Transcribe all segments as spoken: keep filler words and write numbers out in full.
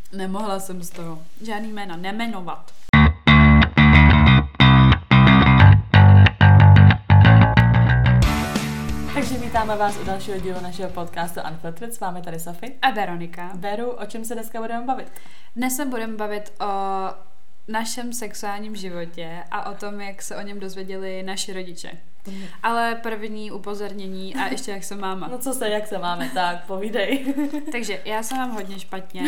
Nemohla jsem z toho žádný jména nemenovat. Takže vítáme vás u dalšího dílu našeho podcastu Unfiltered. S vámi tady Sofie a Veronika. Veru, o čem se dneska budeme bavit? Dnes se budeme bavit o našem sexuálním životě a o tom, jak se o něm dozvěděli naši rodiče. Mm. Ale první upozornění a ještě jak se máma. No co se, jak se máme, tak povídej. Takže já se mám hodně špatně.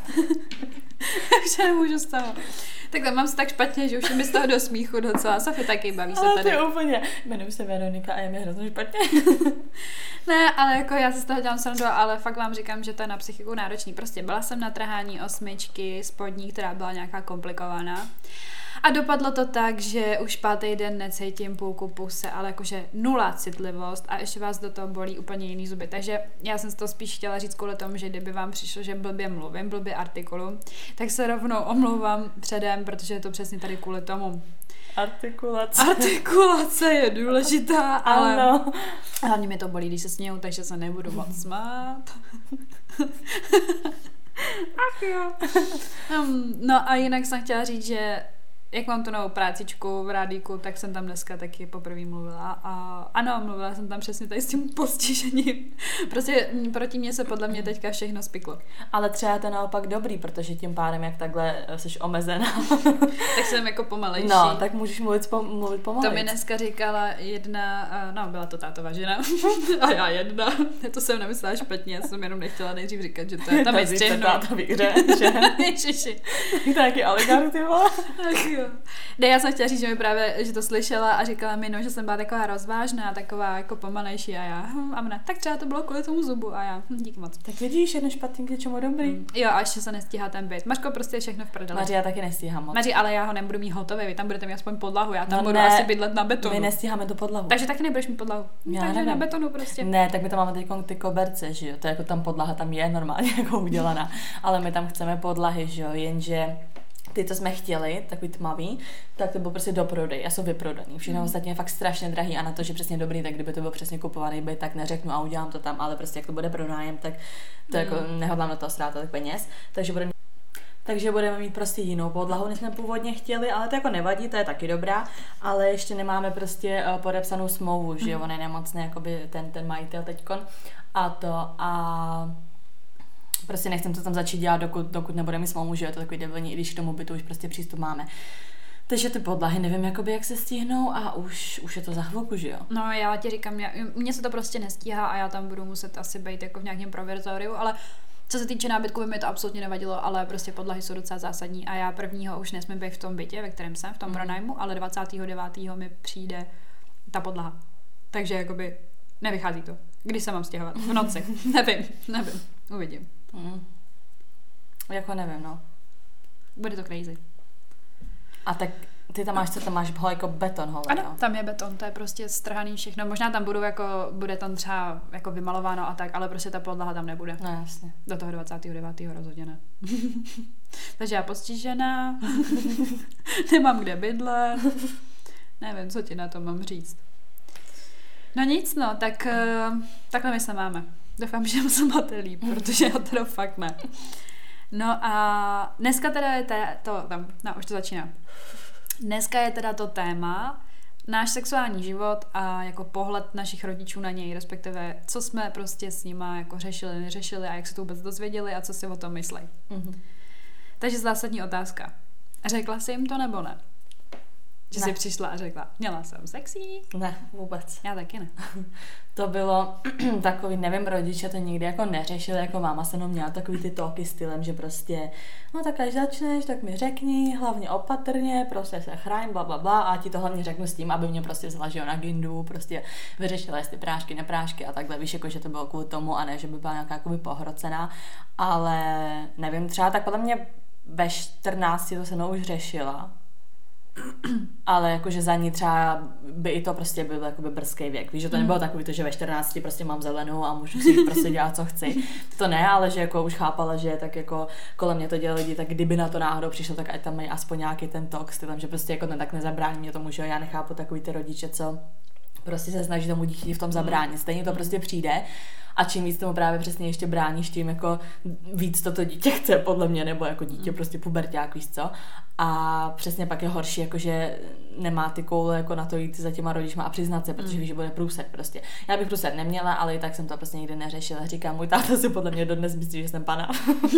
Už nemůžu z toho. Takhle mám se tak špatně, že už je mi z toho do smíchu docela. Sofie taky baví se ale tady. Ale to je úplně. Jmenuji se Veronika a je mi hrozně špatně. Ne, ale jako já se z toho dělám srandu, ale fakt vám říkám, že to je na psychiku náročný. Prostě byla jsem na trhání osmičky spodní, která byla nějaká komplikovaná. A dopadlo to tak, že už pátý den necítím půlku puse, ale jakože nula citlivost a ještě vás do toho bolí úplně jiný zuby. Takže já jsem to spíš chtěla říct kvůli tomu, že kdyby vám přišlo, že blbě mluvím, blbě artikulu, tak se rovnou omlouvám předem, protože je to přesně tady kvůli tomu. Artikulace. Artikulace je důležitá, ale ano. Hlavně mi to bolí, když se směju, takže se nebudu moc smát. Ach jo. Um, no a jinak jsem chtěla říct, že jak mám tu novou prácičku v rádíku, tak jsem tam dneska taky poprvé mluvila a ano, mluvila jsem tam přesně tady s tím postižením. Prostě proti mě se podle mě teďka všechno spiklo. Ale třeba to naopak dobrý, protože tím pádem, jak takhle jsi omezená. Tak jsem jako pomalejší. No, tak můžeš mluvit, pom- mluvit pomalejší. To mi dneska říkala jedna, no byla to tátová žena a já jedna. To jsem nemyslela špatně, já jsem jenom nechtěla nejdřív říkat, že to je tam vystřihnout. Tátový hře, že? Ježiši. To je taky aligar, ty vole. Ach jo. Ne, já jsem chtěla říct, že mi právě, že to slyšela a říkala mi, no, že jsem byla taková rozvážná, taková jako pomalejší a já, hm, a mne, tak třeba to bylo kvůli tomu zubu a já, hm, díky moc. Tak vidíš, jedno špatný k něčemu dobrý. Mm. Jo, a ještě se nestíhá ten byt. Mařko, prostě je všechno v prdeli. Maři, já taky nestíhám moc. Maři, ale já ho nebudu mít hotový, vy tam budete mít aspoň podlahu, já tam no budu ne, asi bydlet na betonu. My nestíháme tu podlahu. Takže taky nebudeš mít podlahu. Já Takže nevím. na betonu prostě. Ne, tak my tam máme teď ty koberce, že jo, to je jako tam podlaha tam je normálně jako udělaná, ale my tam chceme podlahy, že jo, jenže ty, co jsme chtěli, takový tmavý, tak to bylo prostě do prodej a jsou vyprodaný. Všechno mm. ostatně je fakt strašně drahý a na to, že přesně dobrý, tak kdyby to byl přesně kupovaný byt, tak neřeknu a udělám to tam, ale prostě jak to bude pronájem, tak to mm. jako nehodlám na to ztrátat peněz, takže budeme Takže budeme mít prostě jinou podlahu, než jsme původně chtěli, ale to jako nevadí, to je taky dobrá, ale ještě nemáme prostě uh, podepsanou smlouvu, že jo, on je nemocný, jakoby ten, ten majitel teďkon a to a prostě nechcem to tam začít dělat, dokud, dokud nebude mít smlouvu, že je to takový debilní, i když k tomu bytu už prostě přístup máme. Takže ty podlahy, nevím, jakoby, jak se stihnou a už, už je to za chvilku, že jo? No já ti říkám, já, mně se to prostě nestíhá a já tam budu muset asi být jako v nějakém provizoриu, ale co se týče nábytku, by mi to absolutně nevadilo, ale prostě podlahy jsou docela zásadní a já prvního už nesmím být v tom bytě, ve kterém jsem, v tom mm. pronájmu, ale dvacátého devátého mi přijde ta podlaha. Takže jakoby nevychází to. Kdy se mám stěhovat? V noci. nevím, nevím. Uvidím. Mm. Jako nevím, no. Bude to crazy. A tak ty tam máš, co tam máš, jako beton, hole, Ano, no. tam je beton, to je prostě strhaný všechno. Možná tam budou jako, bude tam třeba jako vymalováno a tak, ale prostě ta podlaha tam nebude. No jasně. Do toho dvacátého devátého rozhodně ne. Takže já postižená, nemám kde bydlet, nevím, co ti na to mám říct. No nic, no, tak takhle my se máme. Doufám, že se máte líp, protože já teda fakt ne. No a dneska teda je to, tam, no už to začíná. Dneska je teda to téma náš sexuální život a jako pohled našich rodičů na něj, respektive co jsme prostě s nima jako řešili, neřešili a jak se to vůbec dozvěděli a co si o tom myslí. Mm-hmm. Takže zásadní otázka. Řekla jsi jim to nebo ne? Že ne. jsi přišla a řekla, měla jsem sexík? Ne, vůbec. Já taky ne. To bylo takový, nevím, rodiče to nikdy jako neřešili, jako máma se mnou měla takový ty talky stylem, že prostě, no tak až začneš, tak mi řekni, hlavně opatrně, prostě se chraň, bla, bla, bla, a ti to hlavně řeknu s tím, aby mě prostě vzala, že jo, na gindu, prostě vyřešila jestli prášky, neprášky a takhle, víš, jako, že to bylo kvůli tomu a ne, že by byla nějaká jakoby pohrocená, ale nevím, třeba tak podle mě ve čtrnácti to se mnou už řešila, ale jakože za ní třeba by i to prostě byl jakoby brzký věk. Víš, že to nebylo takový to, že ve čtrnácti prostě mám zelenou a můžu si prostě dělat, co chci. To ne, ale že jako už chápala, že tak jako kolem mě to dělají lidi, tak kdyby na to náhodou přišlo, tak ať tam mají aspoň nějaký ten tok stylem, že prostě jako ne, tak nezabrání mě tomu, že já nechápu takový ty rodiče, co prostě se snaží tomu dítěti v tom zabránit. Stejně to prostě přijde a čím víc tomu právě přesně ještě bráníš, tím jako víc toto dítě chce, podle mě, nebo jako dítě prostě puberťák, víš co. A přesně pak je horší, jakože nemá ty koule jako na to jít za těma rodičma a přiznat se, protože víš, že bude průser prostě. Já bych průser neměla, ale i tak jsem to prostě nikdy neřešila. Říkám, můj táta si podle mě dodnes myslí, že jsem pana.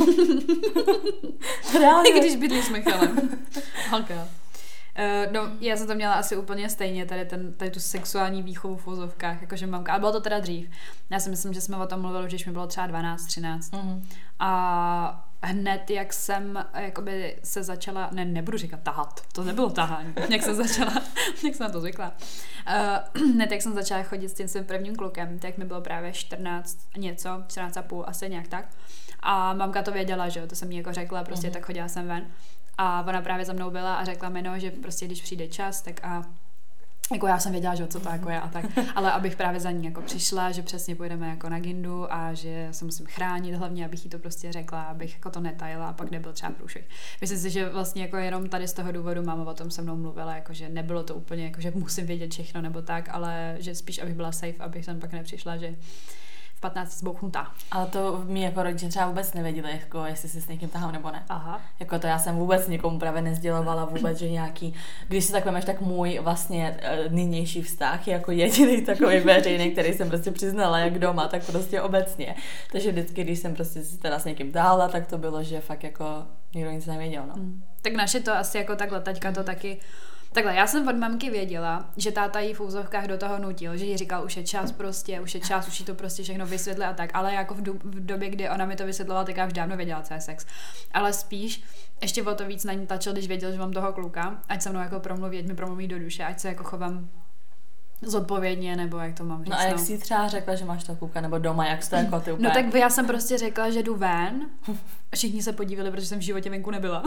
Reálně. Když bydlíš s Michalem. Halka. Uh, no, já jsem to měla asi úplně stejně, tady, ten, tady tu sexuální výchovu v vozovkách, jakože mamka, ale bylo to teda dřív. Já si myslím, že jsme o tom mluvili, když mi bylo třeba dvanáct třináct. Mm-hmm. A hned, jak jsem jakoby se začala, ne, nebudu říkat tahat, to nebylo tahání, jak jsem začala, jak jsem na to zvykla. Uh, hned, jak jsem začala chodit s tím svým prvním klukem, tak mi bylo právě čtrnáct něco, čtrnáct a půl, asi nějak tak. A mamka to věděla, že jo, to jsem jí jako řekla, prostě mm-hmm. tak chodila jsem ven. A ona právě za mnou byla a řekla mi, no, že prostě když přijde čas, tak a jako já jsem věděla, že co to jako je a tak, ale abych právě za ní jako přišla, že přesně půjdeme jako na gindu a že se musím chránit, hlavně abych jí to prostě řekla, abych jako to netajila a pak nebyl třeba průšvih. Myslím si, že vlastně jako jenom tady z toho důvodu máma o tom se mnou mluvila, jako že nebylo to úplně jako, že musím vědět všechno nebo tak, ale že spíš abych byla safe, abych sem pak nepřišla, že v patnácti zbouchnutá. Ale to mi jako rodiče třeba vůbec nevěděli, jako jestli si s někým tahám nebo ne. Aha. Jako to já jsem vůbec nikomu právě nezdělovala vůbec, že nějaký, když si tak vemeš, tak můj vlastně nynější vztah je jako jediný takový veřejný, který jsem prostě přiznala jak doma, tak prostě obecně. Takže vždycky, když jsem prostě si teda s někým dála, tak to bylo, že fakt jako nikdo nic nevěděl, no. Hmm. Tak naše to asi jako takhle, taťka to taky. Takhle, já jsem od mamky věděla, že táta jí v úzovkách do toho nutil, že jí říkal, už je čas prostě, už je čas, už jí to prostě všechno vysvětli a tak, ale jako v, do, v době, kdy ona mi to vysvětlovala, tak já už dávno věděla, co je sex. Ale spíš ještě o to víc na ní tlačil, když věděl, že mám toho kluka, ať se mnou jako promluví, ať mi promluví do duše, ať se jako chovám zodpovědně, nebo jak to mám říct. No a jak jsi třeba řekla, že máš toho kluka, nebo doma, jak jsi to jako ty úplně? No tak já jsem prostě řekla, že jdu ven. Všichni se podívali, protože jsem v životě venku nebyla.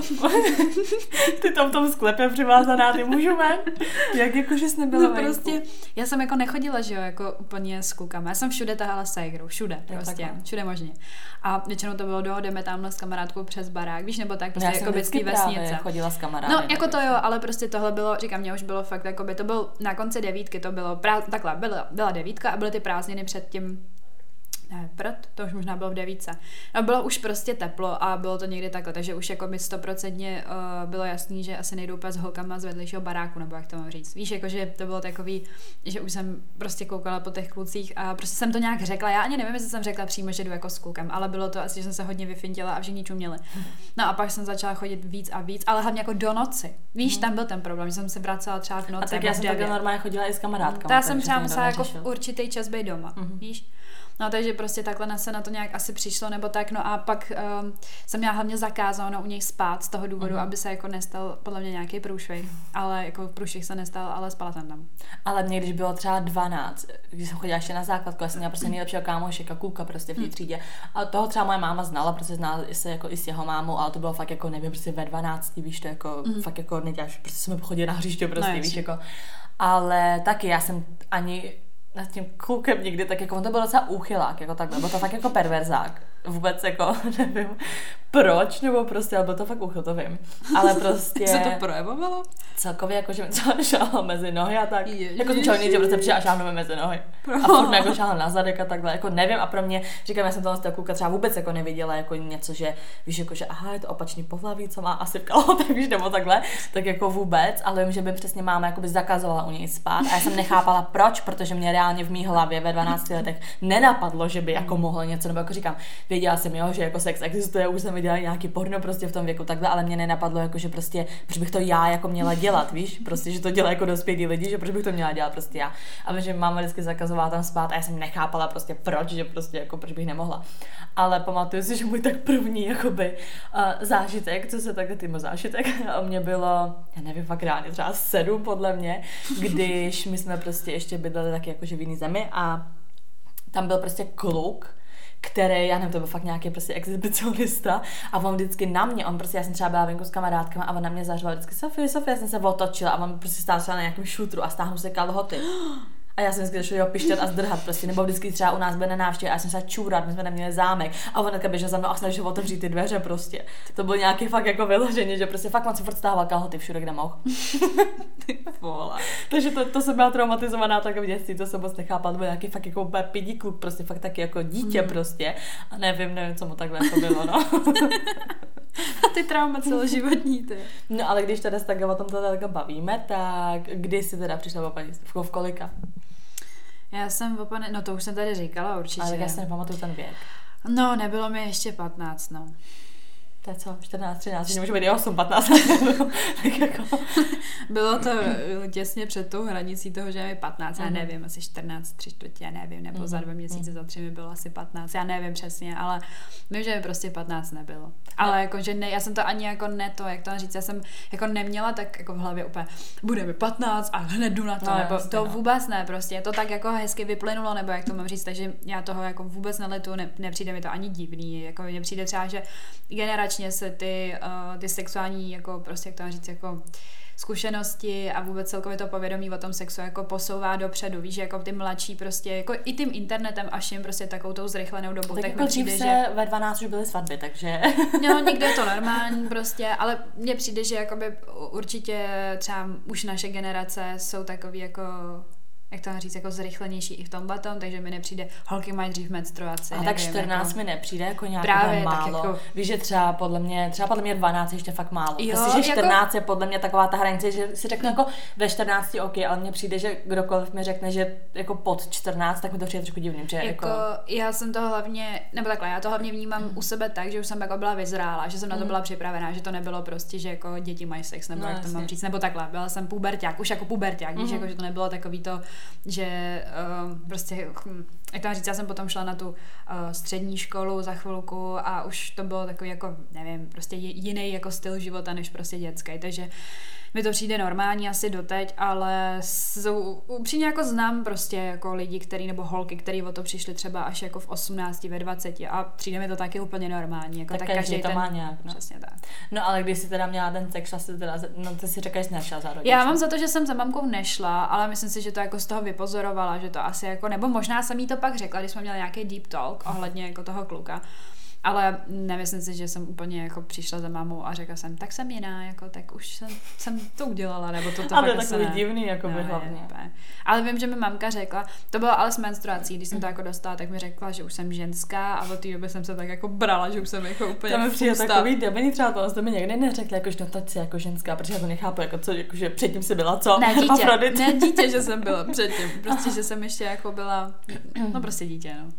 Ty tam v tom sklepě přivázaná, ty můžu ven? Jak jako, že jsi nebyla no venku? prostě, já jsem jako nechodila, že jo, jako úplně s klukama. Já jsem všude tahala ségru, všude prostě, jo, všude možně. A většinou to bylo, do, jdeme tamhle s kamarádkou přes barák, víš, nebo tak prostě jako vždycky vesnice. Chodila s kamarádem. No jako to jo, ale prostě tohle bylo, říkám, mě už bylo fakt, jako by to byl na konci devítky, to bylo prá, takhle, byla, byla devítka a byly ty prázdniny před tím. Ne, prd, to už možná bylo v devítce. No bylo už prostě teplo a bylo to někdy takhle, takže už jako mi stoprocentně uh, bylo jasný, že asi nejdu úplně s holkama z vedlejšího baráku, nebo jak to mám říct. Víš, jakože to bylo takový, že už jsem prostě koukala po těch klucích a prostě jsem to nějak řekla. Já ani nevím, jestli jsem řekla přímo, že jdu jako s klukem, ale bylo to asi, že jsem se hodně vyfintila a všichni čuměli. No a pak jsem začala chodit víc a víc, ale hlavně jako do noci. Víš, tam byl ten problém, že jsem se vracela třeba v noci. A tak já jsem takhle normálně chodila i s kamarádkama. To já jsem třeba musela jako v určitý čas být doma, mm-hmm. víš. No takže prostě takhle se na to nějak asi přišlo, nebo tak, no a pak um, jsem měla hlavně zakázáno u něj spát z toho důvodu, mm-hmm. aby se jako nestal podle mě nějaký průšvih, ale jako průšvih se nestal, ale spala jsem tam. Ale mě, když bylo třeba dvanáct, když jsem chodila ještě na základku, já jsem měla prostě nejlepšího kámošeka, kluka prostě v té třídě a toho třeba moje máma znala, protože znala se jako i s jeho mámou, ale to bylo fakt jako, nevím, prostě ve dvanácti, víš, to jako mm-hmm. fakt jako neděláš, prostě jsme chodili na hřiště prostě, no, víš, jako, ale taky já jsem ani nad tím klukem někdy, tak jako on to byl docela úchylák, jako takhle, byl to fakt jako perverzák, vůbec jako nevím proč, nebo prostě, ale byl to fakt úchyl, to vím, ale prostě... Se to projevovalo? Celkově jako, že mi třeba šáhla mezi nohy a tak, Ježiši. jako jsem člověk někde prostě přijel a šáhnu mi mezi nohy a furt mi jako šáhla na zadek a takhle, jako nevím a pro mě, říkám, já jsem tohle z toho kluka třeba vůbec jako neviděla jako něco, že víš, jako, že aha, je to opačný pohlaví, co má asi v kalhotech, víš, nebo takhle, tak jako vůbec, ale vím, že by přesně máma jakoby zakazovala u něj spát a já jsem nechápala proč, protože mě reálně v mý hlavě ve dvanácti letech nenapadlo, že by jako mohlo něco, nebo jako říkám, věděla jsem, jo, že jako sex existuje, už jsem viděla nějaký porno prostě v tom věku takhle, ale mě nenapadlo jako, že prostě, proč bych to já jako měla dělat, víš, prostě, že to dělá jako dospělí lidi, že proč bych to měla dělat prostě já. A vím, že máma vždycky zakazovala tam spát a já jsem nechápala prostě proč, že prostě jako proč bych nemohla. Ale pamatuju si, že můj tak první jakoby uh, zážitek, co se takhle týmo zážitek, a mě bylo, já nevím, fakt reálně třeba sedm podle mě, když my jsme prostě ještě bydleli taky jakože v jiný zemi a tam byl prostě kluk, který, já nevím, to byl fakt nějaký prostě exhibicionista a on vždycky na mě, on prostě, já jsem třeba byla venku s kamarádkama a on na mě zařval vždycky Sofie, Sofie, já jsem se otočila a on prostě stál třeba na nějakém šutru a stáhnu se kalhoty. A já jsem vždycky začala pištět a zdrhat prostě, nebo vždycky třeba u nás byly na návštěvě a já jsem se čůrat, my jsme neměli zámek a on takhle běžel za mnou a snažil otevřít ty dveře prostě. To bylo nějaký fakt jako vyloženě, že prostě fakt on se furt stával kalhoty všude, kde mohl. Ty vole. Takže to, to jsem byla traumatizovaná tak v dětství, to jsem moc nechápala, to byl nějaký fakt jako úplně pidi kluk, prostě fakt taky jako dítě mm. prostě a nevím, nevím, co mu takhle jako bylo, no. A ty trauma celoživotní, ty. No ale když teda tak o tom teda tak bavíme, tak kdy jsi teda přišla v panictví? V kolika? Já jsem opane... no to už jsem tady říkala určitě. Ale tak já si nepamatuju ten věk. No, nebylo mi ještě patnáct, no. To je co? čtrnáct, třináct, že může být i osm, patnáct. Tak jako... Bylo to těsně před tou hranicí toho, že je mi patnáct, mm. já nevím, asi čtrnáct, tři čtvrtě, já nevím, nebo mm. za dva měsíce, mm. za tři mi bylo asi patnáct, já nevím přesně, ale vím, že mi prostě patnáct nebylo. Ale no. jako, že ne, já jsem to ani jako ne to, jak to říct, já jsem jako neměla tak jako v hlavě úplně, bude mi patnáct a hned jdu na to, no, nebo jasně, to no. vůbec ne, prostě to tak jako hezky vyplynulo, nebo jak to mám říct, takže já toho jako vůbec neletu, ne, nepřijde mi to ani divný, jako mně přijde třeba, že generačně se ty, uh, ty sexuální, jako prostě, jak to mám říct, jako zkušenosti a vůbec celkově to povědomí o tom sexu jako posouvá dopředu, víš, jako ty mladší prostě, jako i tím internetem až jim prostě takovou tou zrychlenou dobu. Tak, tak jako dřív se že... ve dvanáct už byly svatby, takže... No, někde je to normální prostě, ale mně přijde, že jakoby určitě třeba už naše generace jsou takový jako... jak to říct, jako zrychlenější i v tomhletom, takže mi nepřijde, holky mají dřív menstruaci. A tak čtrnáct jako... mi nepřijde jako nějak právě, málo. Jako... Víš, že třeba podle mě, třeba podle mě dvanáct ještě fakt málo. Jo, prostě, že čtrnáct jako... je podle mě taková ta hranice, že si řeknu jako ve čtrnácti ok, ale mně přijde, že kdokoliv mi řekne, že jako pod čtrnáct, tak mi to přijde trošku divným, že jako... jako... Já jsem to hlavně, nebo takhle, já to hlavně vnímám mm. u sebe tak, že už jsem jako byla vyzrála, že jsem na to byla připravená, že to nebylo prostě, že jako děti mají sex, nebo no, jak to mám říct, nebo takhle, byla jsem puberťák, už jako puberťák, mm. víš, jako, že to nebylo takový to, že Uh, prostě, hm, jak to říct, já jsem potom šla na tu uh, střední školu za chvilku a už to bylo takový jako, nevím, prostě jiný jako styl života než prostě dětský, takže mi to přijde normální asi doteď, ale jsou, upřímně jako znám prostě jako lidi, který, nebo holky, který o to přišli třeba až jako v osmnácti, ve dvaceti a přijde mi to taky úplně normální. Jako tak, tak každý, každý to ten, má nějak, no. Přesně tak. No ale když jsi teda měla ten sex, jsi teda, no ty si říkáš, nešla za rodiče. Já mám za to, že jsem za mamkou nešla, ale myslím si, že to jako z toho vypozorovala, že to asi jako, nebo možná jsem jí to pak řekla, když jsme měli nějaký deep talk ohledně jako toho kluka. Ale nemyslím si, že jsem úplně jako přišla za mámou a řekla jsem, tak jsem jiná, jako, tak už jsem, jsem to udělala, nebo to to ale fakt takový ne. divný, jako by no, hlavně. Je, ale vím, že mi mamka řekla, to bylo ale s menstruací, když jsem to jako dostala, tak mi řekla, že už jsem ženská a od té doby jsem se tak jako brala, že už jsem jako úplně to mi přijde takový debilní, třeba to, to mi někdy neřekla, jakož no to jsi jako ženská, protože já to nechápu, jako co, jako, že předtím jsi byla co? Ne, dítě, ne dítě, že jsem byla předtím, prostě, že jsem ještě jako byla, no prostě dítě, no.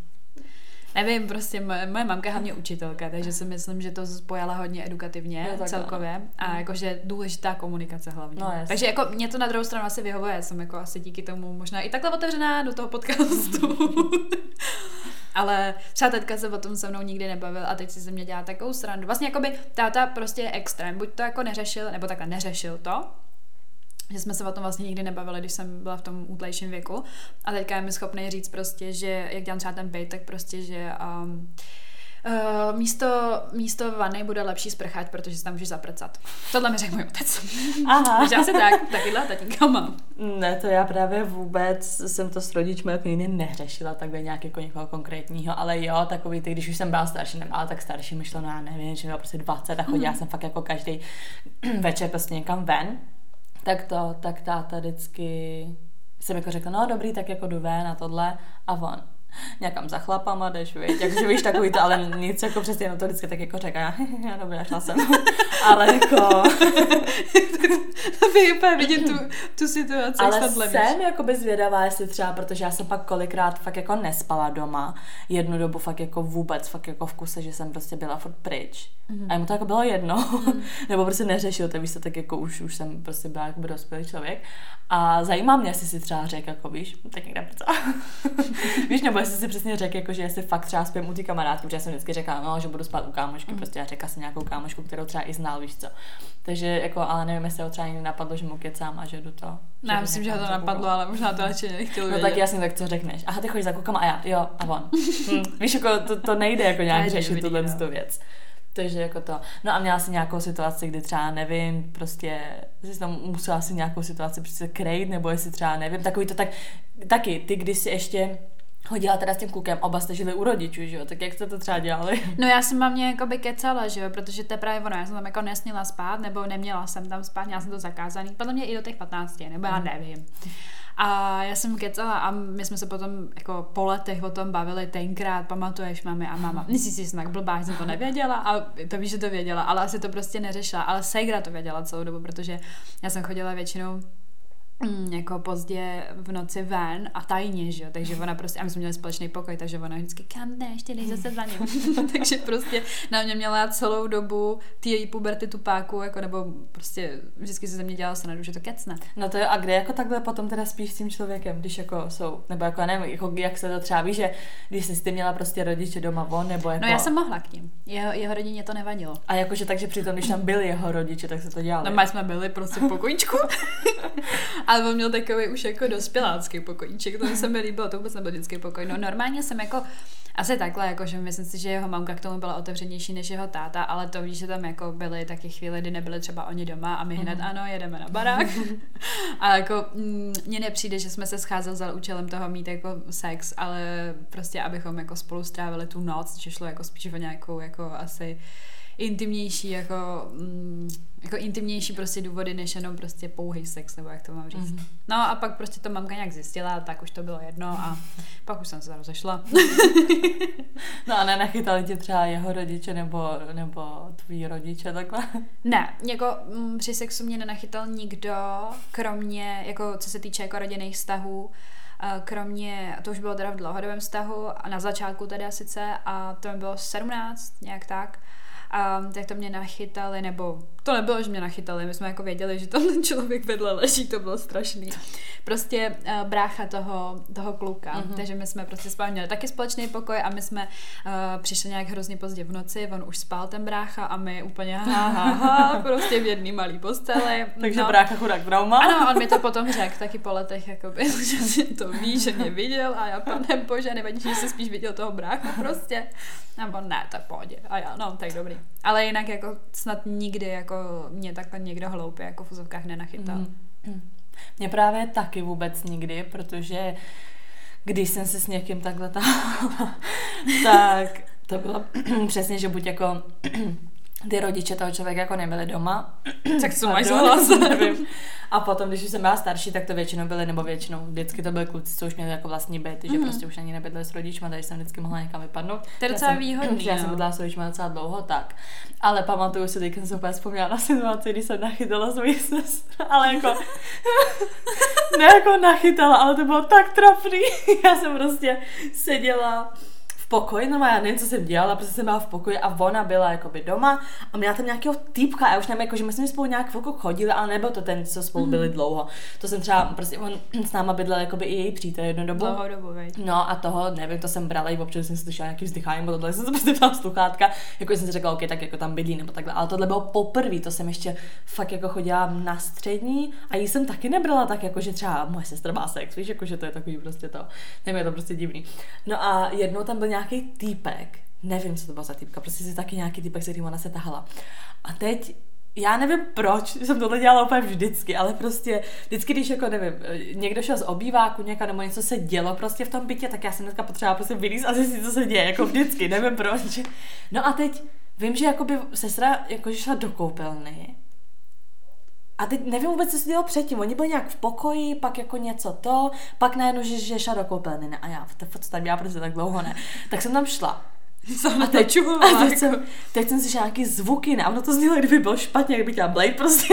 Nevím, prostě moje, moje mamka je hlavně učitelka, takže si myslím, že to spojala hodně edukativně no, celkově a jakože důležitá komunikace hlavně. No, takže jako mě to na druhou stranu asi vyhovuje, já jsem jako asi díky tomu možná i takhle otevřená do toho podcastu. Ale třeba teďka se o tom se mnou nikdy nebavil a teď si ze mě dělá takovou srandu. Vlastně jakoby táta prostě je extrém, buď to jako neřešil, nebo takhle neřešil to, že jsme se o tom vlastně nikdy nebavili, když jsem byla v tom útlejším věku. A teďka je mi schopný říct prostě, že jak dělám třeba ten bejt, tak prostě, že um, uh, místo, místo vany bude lepší sprchat, protože se tam můžeš zaprcat. Tohle mi řekl můj otec. Aha. Takže asi tak, takyhle tatínka mám. Ne, to já právě vůbec jsem to s rodičmi jako nikdy neřešila takhle nějak jako někoho konkrétního, ale jo, takový ty, když už jsem byla starší, nebo ale tak starší, myšlo, no já nevím, že byla prostě dvacet a chodila mm. jsem fakt jako každý večer prostě někam ven. Tak to, tak táta vždycky jsem jako řekla, no dobrý, tak jako jdu ven a tohle a on někam za chlapama jdeš, víš, jakože víš takový to, ale nic jako přesně, no to vždycky tak jako řekla, já, já dobrý, šla jsem, ale jako... Vy úplně vidět tu, tu situaci, ale jsem jakoby zvědavá, jestli třeba, protože já jsem pak kolikrát fakt jako nespala doma, jednu dobu fakt jako vůbec, fakt jako v kuse, že jsem prostě byla furt pryč. Mm-hmm. A jemu to jako bylo jedno, mm. nebo prostě neřešil, tak víš to, tak jako už, už jsem prostě byla jako dospělý člověk. A zajímá mě, jestli si třeba řekl, jako víš, tak někde prca. Víš, nebo jestli si přesně řekl, jako, že jestli fakt třeba spím u té kamarádky, protože já jsem vždycky řekla, no, že budu spát u kámošky, mm. prostě já řekla jsem nějakou kámošku, kterou třeba i znal, víš co. Takže jako, ale nevím, jestli ho třeba někdy napadlo, že mu kecám a že jdu to. Ne, že myslím, že ho to napadlo, ale možná to radši nechtěl vědět. No tak jasně, tak co řekneš? Aha, ty chodíš za klukama a já, jo, a on. Hm. Víš, jako to, to nejde jako nějak řešit tuhle tu věc. Takže jako to. No a měla si nějakou situaci, kdy třeba nevím, prostě jsi tam musela si nějakou situaci prostě krejt, nebo jestli třeba nevím, takový to tak, taky, ty když si ještě hodila teda s tím klukem, oba jste žili u rodičů, že jo, tak jak jste to třeba dělali? No já jsem mamě jakoby kecala, že jo, protože to je právě ono, já jsem tam jako nesměla spát, nebo neměla jsem tam spát, měla jsem to zakázaný, podle mě i do těch patnácti, nebo já nevím. A já jsem kecala a my jsme se potom jako po letech o tom bavili tenkrát, pamatuješ, mami a máma, myslíš si, že jsem tak blbá, že jsem to nevěděla a to víš, že to věděla, ale asi to prostě neřešila, ale ségra to věděla celou dobu, protože já jsem chodila většinou Mm, jako pozdě v noci ven a tajně, že jo, takže ona prostě, a my jsme měli společný pokoj, takže ona vždycky, kam jdeš, ty jdeš zase za ním, takže prostě na mě měla celou dobu ty její puberty tupáku, jako nebo prostě vždycky se ze mě dělala srandu, že to kecne. No to je, a kde jako takhle potom teda spíš s tím člověkem, když jako jsou, nebo jako nevím, jako jak se to třeba ví, že když jsi ty měla prostě rodiče doma von, nebo jako... No já jsem mohla k ním, jeho, jeho rodině to nevadilo. A jakože takže přitom, když tam byli jeho rodiče, tak se to dělalo. No my jsme byli prostě v pokojíčku. Ale on měl takový už jako dospělácký pokojíček, to mi se mi líbilo, to vůbec nebyl dětský pokoj. No normálně jsem jako, asi takhle, jako, že myslím si, že jeho mamka k tomu byla otevřenější než jeho táta, ale to víš, že tam jako byly taky chvíle, kdy nebyli třeba oni doma a my hned mm. ano, jedeme na barák. A jako mně nepřijde, že jsme se scházeli za účelem toho mít jako sex, ale prostě abychom jako spolu strávili tu noc, že šlo jako spíš o nějakou jako asi intimnější, jako, mm, jako intimnější prostě důvody, než jenom prostě pouhý sex, nebo jak to mám říct. Mm-hmm. No a pak prostě to mamka nějak zjistila, tak už to bylo jedno a pak už jsem se rozešla. No a nenachytali tě třeba jeho rodiče nebo, nebo tví rodiče takhle? Ne, jako m, při sexu mě nenachytal nikdo, kromě, jako co se týče jako rodinných vztahů, kromě, to už bylo teda v dlouhodobém vztahu a na začátku teda sice a to mi bylo sedmnáct, nějak tak. A tak to mě nachytali, nebo to nebylo, že mě nachytali, my jsme jako věděli, že tam ten člověk vedle leží, to bylo strašný. Prostě uh, brácha toho, toho kluka, mm-hmm. takže my jsme prostě spali, měli taky společný pokoj a my jsme uh, přišli nějak hrozně pozdě v noci, on už spal ten brácha a my úplně ha, ha, ha, prostě v jedný malý posteli. Takže no. Brácha chudák trauma. Ano, on mi to potom řekl taky po letech, jakoby, že to ví, že mě viděl a já, pane bože, nevadí, že jsi spíš viděl toho bráchu prostě. A on, ne, tak pohodě. A já, no, tak dobrý. Ale jinak jako snad nikdy jako mě takhle někdo hloupě jako v úzovkách nenachytal. Mm. Mě právě taky vůbec nikdy, protože když jsem se s někým takhle tahala, tak to bylo přesně, že buď jako ty rodiče toho člověka jako nebyli doma, tak co máš hlas, nevím. A potom, když jsem byla starší, tak to většinou byly, nebo většinou, vždycky to byly kluci, co už měli jako vlastní byty, mm. že prostě už ani nebydleli s rodičma, takže jsem vždycky mohla někam vypadnout. To je docela výhodný, Já jsem bydlela s rodičma docela dlouho, tak. Ale pamatuju si, teď jsem se úplně vzpomněla na situaci, když jsem nachytala svoji sestru, ale jako ne jako nachytala, ale to bylo tak trapný. Já jsem prostě seděla pokoji, no já nevím, co jsem dělala, prostě jsem byla v pokoji a ona byla jakoby doma a měla tam nějakého týpka a já už nevím, jako, že my jsme spolu nějak chvilku chodili, ale nebyl to ten, co spolu byli dlouho. To jsem třeba, prostě on s náma bydlel jakoby i její přítel jednu dobu. Dlouhou dobu, veď. No a toho, nevím, to jsem brala i občas jsem slyšela nějaký vzdychání, bo tohle jsem se prostě ptala sluchátka, jako jsem si řekla, ok, tak jako tam bydlí nebo takhle, ale tohle bylo poprvé, to jsem ještě fakt jako chodila na střední a jí jsem taky nebrala tak, jako že třeba moje sestra má sex, víš, jako že to je takový prostě to, nevím, je to prostě divný. No a jednou tam byl nějaký týpek, nevím, co to byl za týpka, prostě si taky nějaký týpek, se kterým ona se tahala. A teď já nevím proč, jsem tohle dělala úplně vždycky, ale prostě vždycky, když jako nevím, někdo šel z obýváku někam nebo něco se dělo prostě v tom bytě, tak já jsem dneska potřebovala prostě vylízt a zjistit, co se děje, jako vždycky, nevím proč. No a teď vím, že jakoby sestra jakože šla do koupelny a teď nevím vůbec, co se dělo předtím. Oni byli nějak v pokoji, pak jako něco to, pak najednou, že, že šla do koupelny, ne? A já, co tam já prostě tak dlouho ne. Tak jsem tam šla. A teď, a teď, jsem, teď jsem slyšela nějaký zvuky, ne? A ono to znělo, kdyby bylo špatně, kdyby chtěla blejt prostě.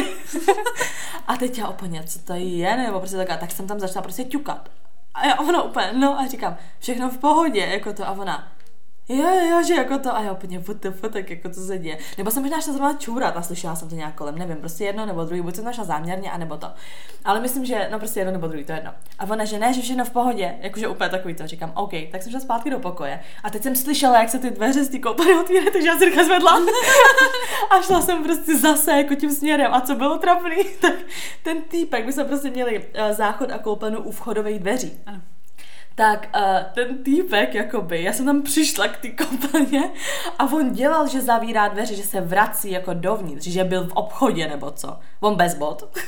A teď já úplně, co to je, nebo prostě tak, tak jsem tam začala prostě ťukat. A já ono úplně, no a říkám, všechno v pohodě, jako to, a ona, jo, jo, že jako to, a já úplně, what the fuck, tak jako to se děje. Nebo jsem možná šla zrovna čůrat a slyšela jsem to nějak kolem, nevím, prostě jedno nebo druhý, buď jsem našla záměrně, anebo to. Ale myslím, že no prostě jedno nebo druhý, to je jedno. A ona, že ne, že všechno v pohodě, jakože úplně takový to, říkám, OK, tak jsem šla zpátky do pokoje a teď jsem slyšela, jak se ty dveře z té koupelny otvírají, takže já si rychle zvedla. A šla jsem prostě zase jako tím směrem. A co bylo trapný, tak ten týpek, my jsme prostě měli záchod a koupelnu u vchodových dveří. Ano. tak uh, ten týpek, jakoby, já jsem tam přišla k té koupelně a on dělal, že zavírá dveře, že se vrací jako dovnitř, že byl v obchodě nebo co. On bez bod.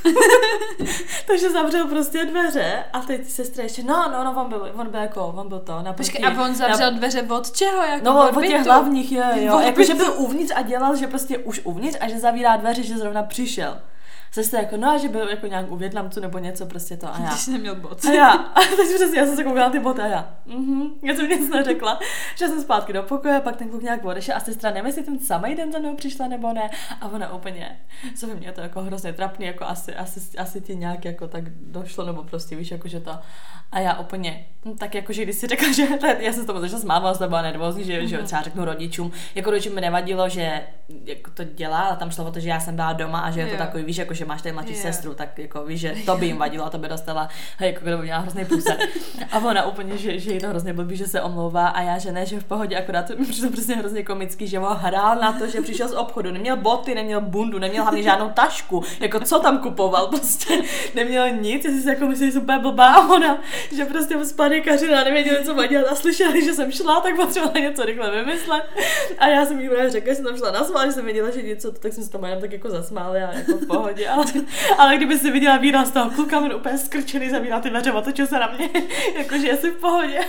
Takže zavřel prostě dveře a teď sestra ještě, no, no, no, on byl, on byl jako, on byl to. Počkej, a on zavřel na... dveře od čeho? Jako no, od těch hlavních, jo, jo. Jakože byl uvnitř a dělal, že prostě už uvnitř a že zavírá dveře, že zrovna přišel. Sestra jako, no a že byl jako nějak u Vietnamců nebo něco prostě to a já. Když neměl bot. A já, a teď přesně, já jsem se koukala na ty boty a já, mhm, já jsem nic neřekla, že jsem zpátky do pokoje, pak ten kluk nějak odešel a sestra nevím, jestli ten samý den za mnou přišla nebo ne a ona úplně, co by mě to jako hrozně trapný, jako asi, asi, asi ti nějak jako tak došlo nebo prostě víš, jako že to a já úplně, no, tak jako, že když si řekla, že já jsem z toho začala smát, jsem byla nervózní, že, mm-hmm. že třeba řeknu rodičům, jako rodičům mi nevadilo, že jako to dělá, ale tam šlo o to, že já jsem byla doma a že je to takový, víš, jako že máš tady mladší yeah. sestru, tak jako víš, že to by jim vadilo a to by dostala, hej, jako kdo by měla hrozný půse. A ona úplně, že, že jí to hrozně blbý, že se omlouvá a já, že ne, že v pohodě, akorát mi přišlo prostě hrozně komický, že on hrál na to, že přišel z obchodu, neměl boty, neměl bundu, neměl hlavně žádnou tašku, jako co tam kupoval, prostě neměl nic, jestli si jako myslí, že jsem úplně blbá a ona, že prostě spanikařila, nevěděli, co má dělat a slyšeli, že jsem šla, tak potřebovala něco rychle vymyslet. A já jsem jí právě řekla, že jsem tam šla nasmát, že jsem věděla, že něco, tak jsem se tomu jenom tak jako zasmála a jako v pohodě, ale, ale kdyby si viděla výraz toho kluka, on úplně skrčený, zavírá ty dveře, otočil se na mě, jakože já jsem v pohodě.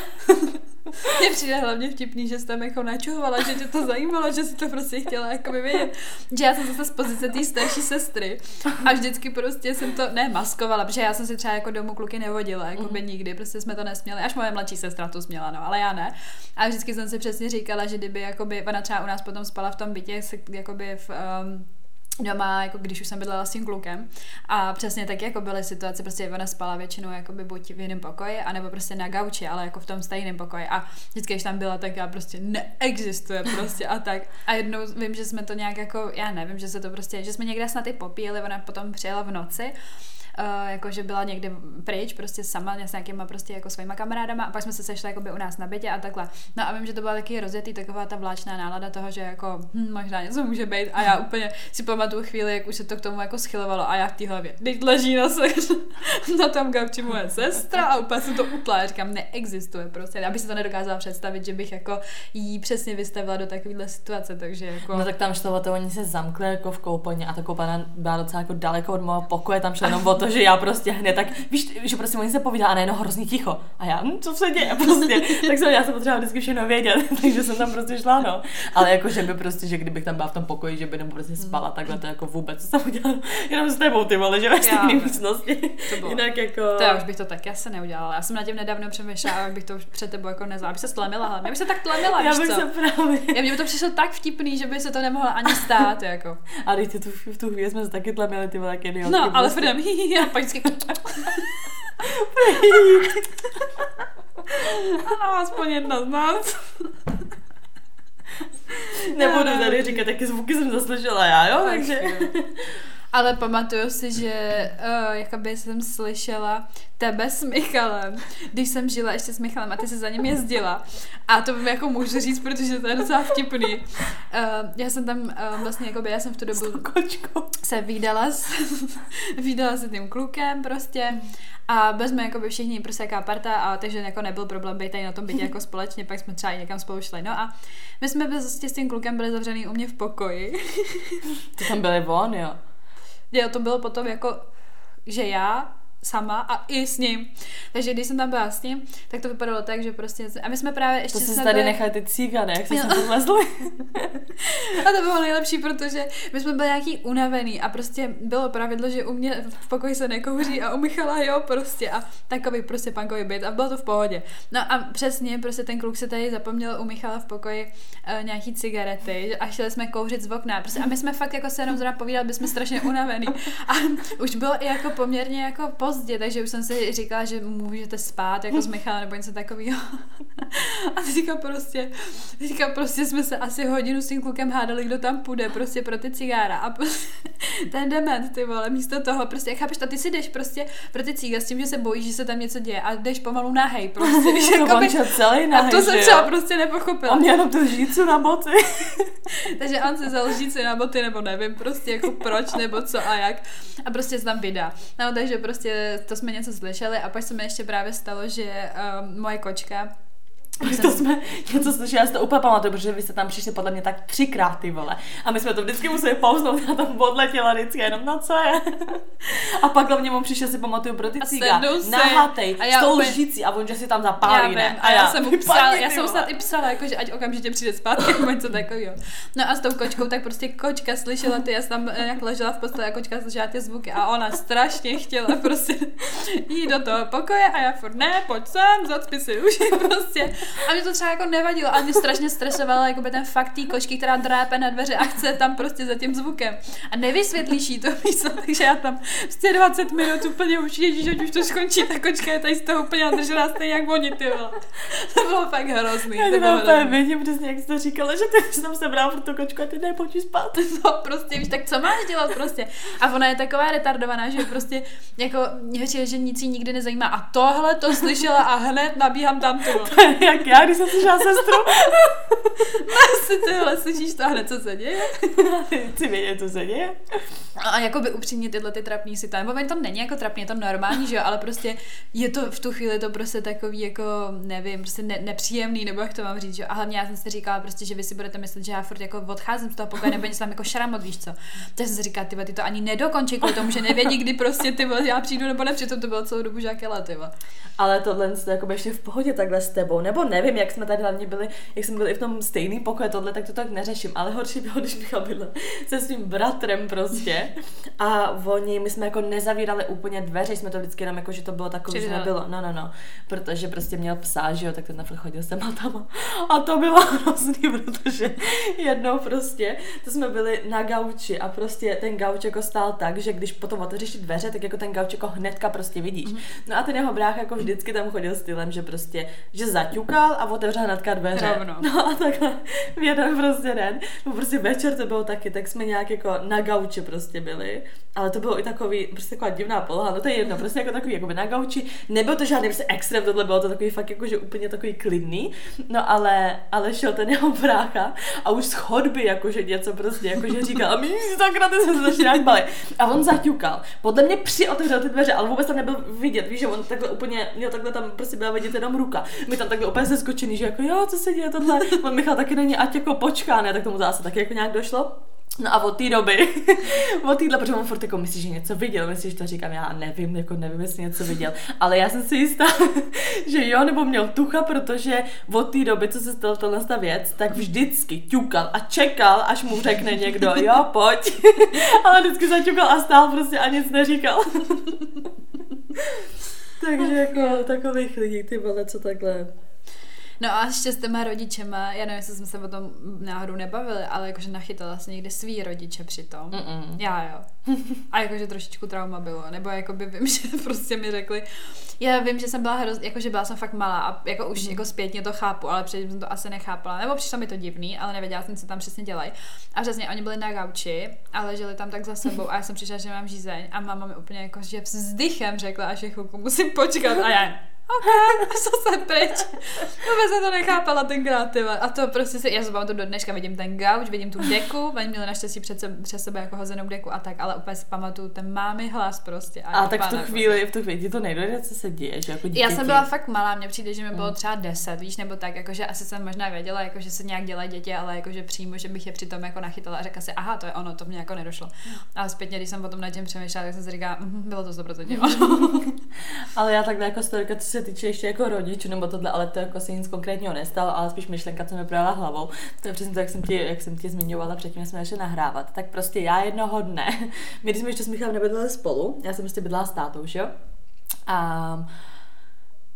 Mně přijde hlavně vtipný, že jsi tam jako načuhovala, že tě to zajímalo, že jsi to prostě chtěla jakoby vědět. Že já jsem zase z pozice té starší sestry a vždycky prostě jsem to ne maskovala, protože já jsem si třeba jako domů kluky nevodila, jakoby nikdy, prostě jsme to nesměli, až moje mladší sestra to směla, no, ale já ne. A vždycky jsem si přesně říkala, že kdyby jakoby, ona třeba u nás potom spala v tom bytě, jakoby v um, doma, jako když už jsem bydlela s tím klukem a přesně taky jako byly situace, prostě ona spala většinou jakoby buď v jiném pokoji, anebo prostě na gauči, ale jako v tom stejném pokoji a vždycky, když tam byla, tak já prostě neexistuje prostě a tak. A jednou vím, že jsme to nějak jako, já nevím, že se to prostě, že jsme někde snad i popíjeli, ona potom přijela v noci, Uh, jakože byla někde pryč, prostě sama s nějakýma prostě jako svýma kamarádama a pak jsme se sešli jakoby u nás na bytě a takhle. No a vím, že to byla taky rozjetý, taková ta vláčná nálada toho, že jako hm, možná něco může být a já úplně si pamatuju chvíli, jak už se to k tomu jako schylovalo a já v té hlavě, teď leží na, se, na tom gauči moje sestra a úplně jsem to utla a říkám, neexistuje prostě, aby si to nedokázala představit, že bych jako jí přesně vystavila do takovéhle situace, takže jako... No tak tam šlo o to, oni se zamkli jako v koupelně a ta koupelna byla docela jako daleko od mého pokoje, tam šlo jenom o to, že já prostě hned tak, víš, že prostě oni se povídá a najednou hrozně ticho. A já, hm, co se děje prostě. Tak jsem, já jsem potřeba vždycky všechno vědět, takže jsem tam prostě šla, no. Ale jako, že by prostě, že kdybych tam byla v tom pokoji, že by nebo prostě spala, takhle to jako vůbec, co jsem udělala, jenom s tebou, ty vole, že ve stejné místnosti. Jinak jako... To já už bych to taky asi neudělala. Já jsem na tím nedávno přemýšlela, jak bych to před tebou jako nezvala, abych se tlemila, ale já bych se tak tlemila, já víš bych co? se právě. Já mě by to přišlo tak vtipný, že by se to nemohlo ani stát, jako. A teď tu, v tu chvíli jsme se taky tlemili, ty vole, jak idiotky. No, ale Fredem, a pak vždycky... Ano, aspoň jedna z nás. Nebudu tady říkat, jaké zvuky jsem zaslyšela já, jo, takže... Ale pamatuju si, že uh, jakoby jsem slyšela tebe s Michalem, když jsem žila ještě s Michalem a ty se za ním jezdila. A to jako můžu říct, protože to je docela vtipný. Uh, já jsem tam uh, vlastně, jakoby, já jsem v tu dobu se vídala s, vídala s tím klukem prostě a bez mě jakoby všichni prostě jaká parta a takže jako nebyl problém být tady na tom bytě jako společně, pak jsme třeba někam spolu šli. No a my jsme prostě s tím klukem byli zavřený u mě v pokoji. To tam byly on, jo? Jo, to bylo potom jako, že já sama a i s ním. Takže když jsem tam byla s ním, tak to vypadalo tak, že prostě... A my jsme právě ještě... To jsi tady byli... nechali ty cígany, jak se sem podlezli. A to bylo nejlepší, protože my jsme byli nějaký unavený a prostě bylo pravidlo, že u mě v pokoji se nekouří a u Michala jo prostě a takový prostě punkový byt a bylo to v pohodě. No a přesně prostě ten kluk se tady zapomněl u Michala v pokoji uh, nějaký cigarety a šli jsme kouřit z okna. Prostě, a my jsme fakt jako se jenom zrovna povídali, byli jsme strašně unavený. A už bylo i jako poměrně jako pozdě, takže už jsem si říkala, že můžete spát jako s Michalem nebo něco takového. A teďka prostě, teďka prostě jsme se asi hodinu s tím klukem hádali, kdo tam půjde prostě pro ty cigára. A prostě, ten dement, ty vole, místo toho, prostě, jak chápeš, a ty si jdeš prostě pro ty cíga s tím, že se bojíš, že se tam něco děje a jdeš pomalu nahej, prostě, víš, to on šel celý nahej, a to jsem třeba prostě nepochopila. On měl jenom tu lžícu na boty. Takže on se vzal lžíci na boty, nebo nevím, prostě jako proč, nebo co a jak. A prostě se tam vydá. No, takže prostě to jsme něco slyšeli a pak se mi ještě právě stalo, že um, moje kočka To jsme něco slyšeli, já si to úplně pamatuju, protože vy jste tam přišli podle mě tak třikrát, ty vole. A my jsme to vždycky museli pauznout, já tam odletěla vždycky jenom na co je. A pak hlavně mu přišel, si pamatuju, pro ty cíga, nahatej, s tou lžící a on, že si tam zapálí, ne? A já jsem mu psala, já jsem snad i psala, jakože ať okamžitě přijde zpátky, nebo něco takového. No a s tou kočkou, tak prostě kočka slyšela ty, já jsem tam nějak ležela v posteli a kočka slyšela ty zvuky a ona strašně chtěla prostě jít do toho pokoje a já furt ne, pojď sem, zacpi si už prostě. A mě to třeba jako nevadilo, ale mě strašně stresovalo jakoby ten fakt té kočky, která drápe na dveře a chce tam prostě za tím zvukem. A nevysvětlíš jí to místo, takže já tam prostě dvacet minut úplně už ježíš, ať už to skončí, ta kočka je tady z toho úplně nadržená stejně jak oni, ty vole. To bylo fakt hrozný. Já to úplně vidím přesně, jak jsi to říkala, že ty jsi tam sebrala pro tu kočku a ty ne, pojď spát. No prostě, víš, tak co máš dělat prostě? A ona je taková retardovaná, že prostě jako mě přijde, že nic jí nikdy nezajímá. A tohle to slyšela a hned nabíhám tam tu. Jak já, když jsem slyšela sestru. Asi tyhle slyšíš to hned, co se děje. Chci vědět, co se děje. A jakoby upřímně tyhle ty trapný si tam, nebo to není jako trapný, je to normální, že jo, ale prostě je to v tu chvíli to prostě takový jako, nevím, prostě ne, nepříjemný, nebo jak to mám říct, že jo. A hlavně já jsem si říkala prostě, že vy si budete myslet, že já furt jako odcházím z toho pokoje, nebo něco tam jako šramot, víš co. Tak jsem si říkala, ty ty to ani nedokončí kvůli tomu, že nevědí, kdy prostě ty já přijdu nebo ne, přitom to bylo celou dobu žákela, ty. Ale tohle je jako ještě v pohodě takhle s tebou, nebo nevím, jak jsme tady hlavně byli, jak jsme byli v tom stejném pokoji, tohle, tak to tak neřeším, ale horší bylo, když Michal bydlel se svým bratrem prostě a oni, my jsme jako nezavírali úplně dveře, jsme to vždycky jenom jako, že to bylo takové, že nebylo, no, no, no, protože prostě měl psa, že jo, tak ten nafr chodil sem a tam a to bylo hrozný, protože jednou prostě, to jsme byli na gauči a prostě ten gauč jako stál tak, že když potom otevřeš dveře, tak jako ten gauč jako hnedka prostě vidíš. Mm-hmm. No a ten jeho brácha jako vždycky tam chodil stylem, že prostě, že zaťukal a otevřel hnedka dveře. Rovno. No a takhle v jeden prostě den, no prostě večer to bylo taky, tak jsme nějak jako na gauči prostě byli, ale to bylo i takový, prostě taková divná poloha, no to je jedno, prostě jako takový jako na gauči, nebyl to žádný prostě extrém, tohle bylo to takový fakt jako, že úplně takový klidný, no ale, ale šel ten jeho brácha a už z chodby jakože něco prostě, jakože říkal, a my tak na ty jsme se začali nějak bali. A on zaťukal, podle mě při otevřel ty dveře, ale vůbec tam nebyl vidět, víš, že on takhle úplně, měl takhle tam prostě byla vidět jenom ruka, my tam takhle úplně zeskočený, že jako jo, co se děje tohle, on Michal taky není, ať jako počká, ne, tak tomu zase taky jako nějak došlo. No a od té doby, od téhle, protože on furt jako myslí, že něco viděl, myslíš, že to říkám, já nevím, jako nevím, jestli něco viděl, ale já jsem si jistá, že jo, nebo měl tucha, protože od té doby, co se stala tohle ta věc, tak vždycky ťukal a čekal, až mu řekne někdo, jo, pojď, ale vždycky zaťukal a stál prostě a nic neříkal. Takže jako takových lidí, ty vole, co takhle... No a ještě s těma rodičema, já nevím, jestli jsme se o tom náhodou nebavili, ale jakože nachytala jsem někdy svý rodiče přitom. Mm-mm. Já jo. A jakože trošičku trauma bylo, nebo jakoby vím, že prostě mi řekli, já vím, že jsem byla hrozně, jakože byla jsem fakt malá a jako už mm. jako zpětně to chápu, ale předtím jsem to asi nechápala, nebo přišlo mi to divný, ale nevěděla jsem, co tam přesně dělají. A přesně oni byli na gauči a leželi tam tak za sebou a já jsem přišla, že mám žízeň a máma mi úplně jako, že s vzdychem řekla, až je chvilku musím počkat a já ok, co se pryč. Vůbec jsem to nechápala tenkrát, tyva. A to prostě se, já jsem to do dneška, vidím ten gauč, vidím tu deku, oni měli naštěstí před sebe, před sebe jako hozenou deku a tak, ale úplně si pamatuju ten mámy hlas prostě. A, a tak v tu chvíli, v tu chvíli ti to nejdojde, co se děje, že jako dítěti. Já jsem byla fakt malá, mně přijde, že mi bylo třeba deset, víš, nebo tak, jakože asi jsem možná věděla, jakože se nějak dělají děti, ale jakože přímo, že bych je přitom jako nachytala a řekla si, aha, to je ono, to mě jako nedošlo. A zpětně, když jsem potom nad tím přemýšlela, tak jsem si říkala, mm, bylo to sto procent ono. Ale já takhle jako storka, co se týče ještě jako rodičů nebo tohle, ale to jako se nic konkrétního nestalo, ale spíš myšlenka, co mi projela hlavou. To je přesně to, jak jsem ti, jak jsem ti zmiňovala předtím, jsme ještě nahrávat. Tak prostě já jednoho dne, my když jsme ještě s Michalem nebydleli spolu, já jsem prostě bydlela s tátou, že jo? A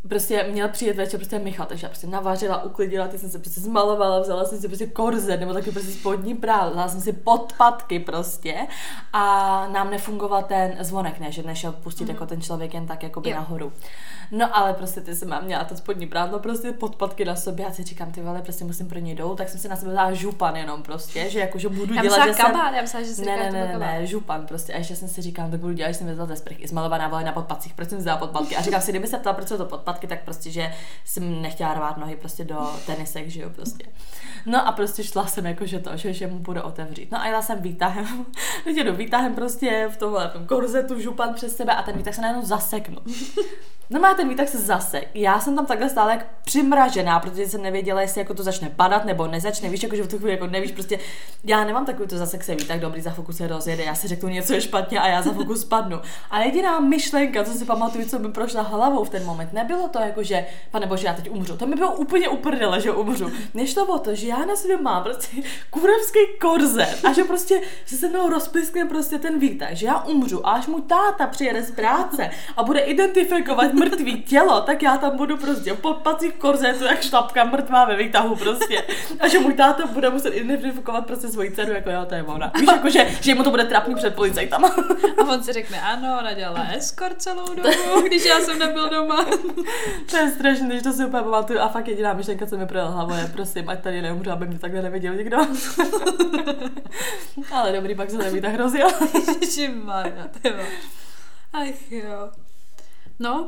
prostě měl přijet večer prostě Michal, takže já prostě navařila, uklidila, ty jsem se prostě zmalovala, vzala jsem si prostě korzet, nebo taky prostě spodní prádlo, vzala jsem si podpatky prostě a nám nefungoval ten zvonek, ne, že nešel pustit mm. jako ten člověk jen tak jakoby jo. nahoru. No ale prostě ty jsem měla to spodní prádlo, prostě podpatky na sobě a si říkám, ty vole, prostě musím pro něj dolů, tak jsem si na sebe vzala župan jenom prostě, že jakože budu já dělat, že kabát, jsem... Já myslela, že si ne, ne, ne, ne, ne, župan prostě a ještě jsem si říkám, tak budu dělat, že jsem vezla ze sprchy, zmalovaná vole na podpatcích, proč jsem vzala podpatky a říkám si, kdyby se ptala, proč jsou to podpatky, tak prostě, že jsem nechtěla rvát nohy prostě do tenisek, že jo, prostě. No a prostě šla jsem jako, že to, že, že mu bude otevřít. No a jela jsem výtahem, vidět do výtahem prostě v tomhle tom korzetu, župan přes sebe a ten výtah se najednou zaseknul. No má ten výtah se zasek. Já jsem tam takhle stále jak přimražená, protože jsem nevěděla, jestli jako to začne padat nebo nezačne. Víš, jako, že v tu chvíli jako nevíš, prostě já nemám takový to zasek se výtah, dobrý, za fokus se rozjede, já si řeknu něco je špatně a já za fokus spadnu. A jediná myšlenka, co si pamatuju, co mi prošla hlavou v ten moment, nebylo to jako, že pane bože, já teď umřu. To mi bylo úplně uprdele, že umřu. Nešlo o to, že já na sobě mám prostě kurevský korzet a že prostě že se mnou rozpliskne prostě ten výtah, že já umřu a až mu táta přijede z práce a bude identifikovat mrtvý tělo, tak já tam budu prostě v podpacích korzetu, jak šlapka mrtvá ve výtahu prostě. A že můj táta bude muset identifikovat prostě svoji dceru, jako jo, to je ona. Víš, jako že, že mu to bude trapný před policajtama. A on si řekne, ano, ona dělala escort celou dobu, když já jsem nebyl doma. To je strašné, když to si úplně pamatuju a fakt jediná myšlenka, co mi projela hlavou je, prosím, ať tady neumřu, aby mě takhle neviděl nikdo. Ale dobrý, pak se ten výtah rozjel. Ježišmarja, tyvo. Ach jo. No,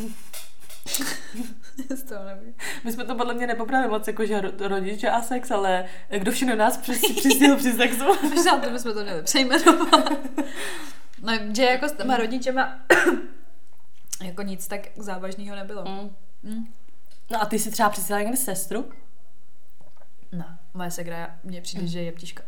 my jsme to podle mě nepopravili moc jako, že rodiče a sex, ale kdo všechno nás přistil při sexu. Možná to bychom to měli přejmenovat. No, že jako s těma rodičema jako nic tak závažného nebylo. Mm. Mm. No a ty si třeba přistěla někdy sestru? No, moje segra, mně přijde, mm. že je jeptiška.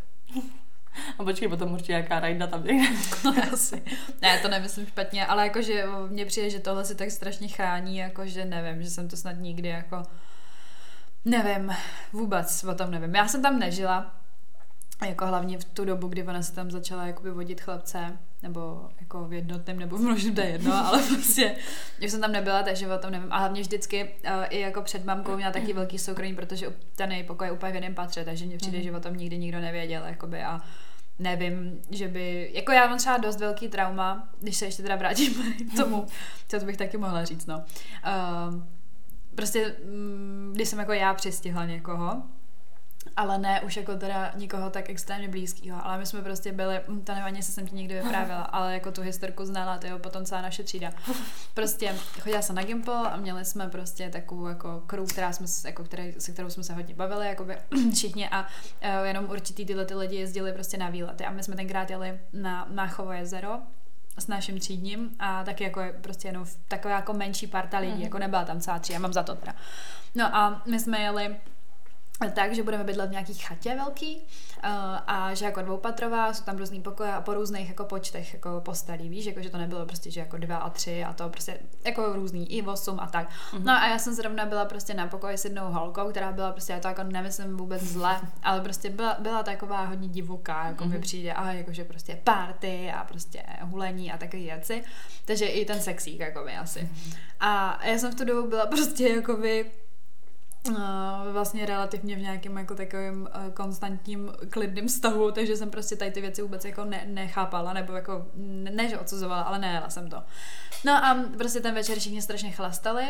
A počkej, potom určitě jaká rajda tam někde. No asi. Ne, to nemyslím špatně, ale jakože mně přijde, že tohle si tak strašně chrání, jakože nevím, že jsem to snad nikdy jako nevím, vůbec o tom nevím. Já jsem tam nežila, jako hlavně v tu dobu, kdy ona se tam začala jakoby vodit chlapce, nebo jako v jednotném, nebo v množném, to je jedno, ale prostě, když jsem tam nebyla, takže o tom nevím. A hlavně vždycky uh, i jako před mamkou měla taky velký soukromí, protože ten její pokoj je úplně v jiném patře, takže mně přijde, mm. že o tom nikdy nikdo nevěděl, jakoby a nevím, že by, jako já mám třeba dost velký trauma, když se ještě teda vrátím k tomu, co to bych taky mohla říct, no. Uh, prostě, mm, když jsem jako já přistihla někoho, ale ne už jako teda nikoho tak extrémně blízkýho, ale my jsme prostě byli, to nevím, ani se jsem ti nikdy vyprávěla, ale jako tu historku znala, to je potom celá naše třída. Prostě chodila jsem na Gimple a měli jsme prostě takovou jako crew, která jsme, jako který, se kterou jsme se hodně bavili, jakoby všichni a uh, jenom určitý tyhle ty lidi jezdili prostě na výlety a my jsme tenkrát jeli na Máchovo jezero s naším třídním a taky jako prostě jenom taková jako menší parta lidí, mm. jako nebyla tam celá třída, mám za to teda. No a my jsme jeli tak, že budeme bydlet v nějaký chatě velký uh, a že jako dvoupatrová, jsou tam různý pokoje a po různých jako počtech jako postelí, víš, jako že to nebylo prostě, že jako dva a tři a to prostě jako různý i osm a tak. Mm-hmm. No a já jsem zrovna byla prostě na pokoji s jednou holkou, která byla prostě, já to jako nemyslím vůbec zle, ale prostě byla, byla taková hodně divoká, jako mm-hmm. mi přijde, a jakože prostě party a prostě hulení a takové věci, takže i ten sexík jako by asi. Mm-hmm. A já jsem v tu dobu byla prostě jako by Uh, vlastně relativně v nějakém jako takovém uh, konstantním klidným stavu, takže jsem prostě tady ty věci vůbec jako ne, nechápala, nebo jako ne, ne že odsuzovala, ale nejela jsem to. No a prostě ten večer všichni strašně chlastali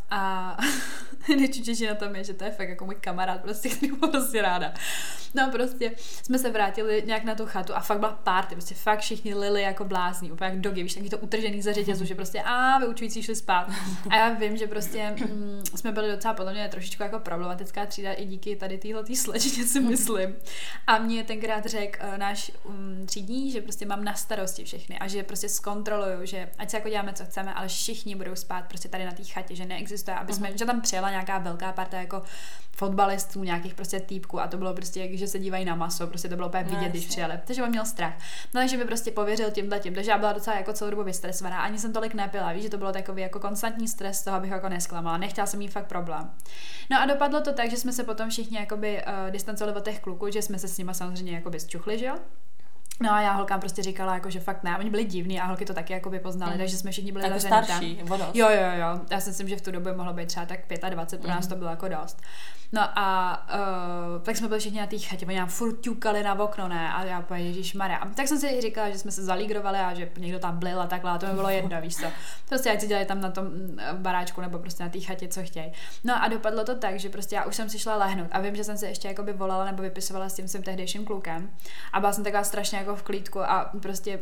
a nejčutější na tom je, že to je fakt jako můj kamarád, prostě, který mám prostě ráda. No prostě jsme se vrátili nějak na tu chatu a fakt byla party, prostě fakt všichni lili jako blázní, úplně jak dogy, víš, taky to utržený za řetězu, že prostě a vyučující šli spát. A já vím, že prostě mm, jsme byli docela podle mě trošičku jako problematická třída i díky tady téhletý slečně, si myslím. A mě tenkrát řekl uh, náš um, třídní, že prostě mám na starosti všechny a že prostě zkontroluju, že ať se jako děláme, co chceme, ale všichni budou spát prostě tady na té chatě, že neexistuje, aby jsme, uh-huh. že tam přijela nějaká velká parta jako fotbalistů, nějakých prostě týpků a to bylo prostě, že se dívají na maso, prostě to bylo úplně vidět, no, když přijeli. Takže on měl strach. No takže mi prostě pověřil tímhle tím, takže já byla docela jako celou dobu vystresovaná, ani jsem tolik nepila, víš, že to bylo takový jako konstantní stres z toho, abych jako nesklamala, nechtěla jsem jí fakt problém. No a dopadlo to tak, že jsme se potom všichni jakoby uh, distancovali od těch kluků, že jsme se s nima samozřejmě jakoby zčuchli, že jo? No a já holkám prostě říkala, jako, že fakt ne, oni byli divní a holky to taky jako by poznali, mm. takže jsme všichni byli jako zaření starší, tam. Jo, jo, jo, já si myslím, že v tu dobu mohlo být třeba tak dvacet pět, pro nás mm. to bylo jako dost. No a uh, tak jsme byli všichni na té chatě, oni nám furt ťukali na okno, ne, a já povedě, ježišmarja. A tak jsem si říkala, že jsme se zalígrovali a že někdo tam blil a takhle, a to mi bylo jedno, víš co. Prostě ať si dělali tam na tom baráčku nebo prostě na té chatě, co chtějí. No a dopadlo to tak, že prostě já už jsem si šla lehnout a vím, že jsem se ještě jako by volala nebo vypisovala s tím svým tehdejším klukem a byla jsem taková strašně jako v klídku a prostě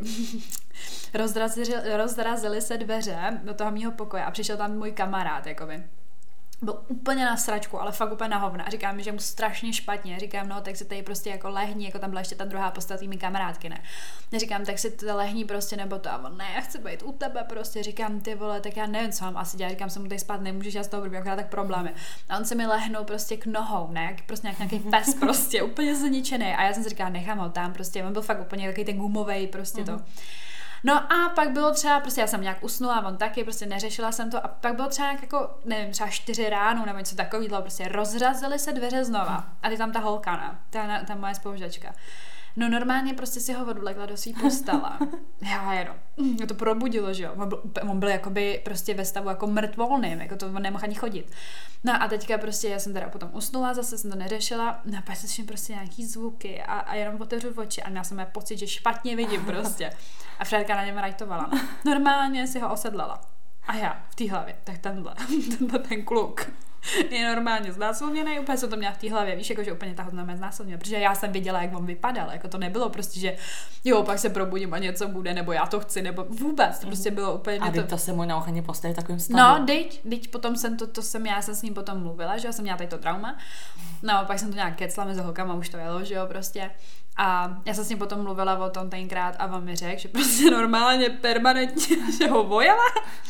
rozrazili, rozrazili se dveře do toho mýho pokoje a přišel tam můj kamarád, jakoby. Byl úplně na sračku, ale fakt úplně na hovna. A říkám mi, že mu strašně špatně. Říkám, no, tak si tady prostě jako lehni, jako tam byla ještě ta druhá podstatý mý kamarádky, ne. Říkám, tak si to lehni prostě, nebo to, a on, ne, já chci být u tebe prostě. Říkám, ty vole, tak já nevím, co mám asi dělat. Říkám, jsem mu tady spát nemůžeš, já z toho budu akorát tak problémy. A on se mi lehnul prostě k nohou, ne, jak prostě nějak, nějaký pes prostě, úplně zničený. A já jsem si říkala, nechám ho tam, prostě, on byl fakt úplně takový ten gumovej, prostě to. Mm-hmm. No a pak bylo třeba, prostě já jsem nějak usnula, on taky, prostě neřešila jsem to a pak bylo třeba jako, nevím, třeba čtyři ráno nebo něco takového, prostě rozrazily se dveře znova a ty tam ta holka, ne, ta, ta moje spolužačka. No normálně prostě si ho odvlekla do svý postele. Já jenom. Mě to probudilo, že jo. On byl, on byl jakoby prostě ve stavu jako mrtvolným, jako to on nemohl ani chodit. No a teďka prostě já jsem teda potom usnula, zase jsem to neřešila, no a pak slyším prostě nějaký zvuky a, a jenom otevřu oči a měla jsem pocit, že špatně vidím prostě. A Fredka na něm rajtovala. Normálně si ho osedlala. A já v té hlavě, tak tenhle, tenhle ten kluk je normálně znásilněný, úplně jsem to měla v té hlavě, víš, jako, že úplně ta hodná mě znásilněna, protože já jsem viděla, jak on vypadal, jako to nebylo prostě, že jo, pak se probudím a něco bude, nebo já to chci, nebo vůbec, to prostě bylo úplně... A to... to se můj na ochraně postavit takovým stavu. No, teď, teď potom jsem to, to jsem, já jsem s ním potom mluvila, že jo, jsem měla tady to trauma, no, pak jsem to nějak kecla mezi holkama, už to jelo, že jo, prostě. A já jsem s ním potom mluvila o tom tenkrát a on mi řekl, že prostě normálně permanentně, že ho vojela.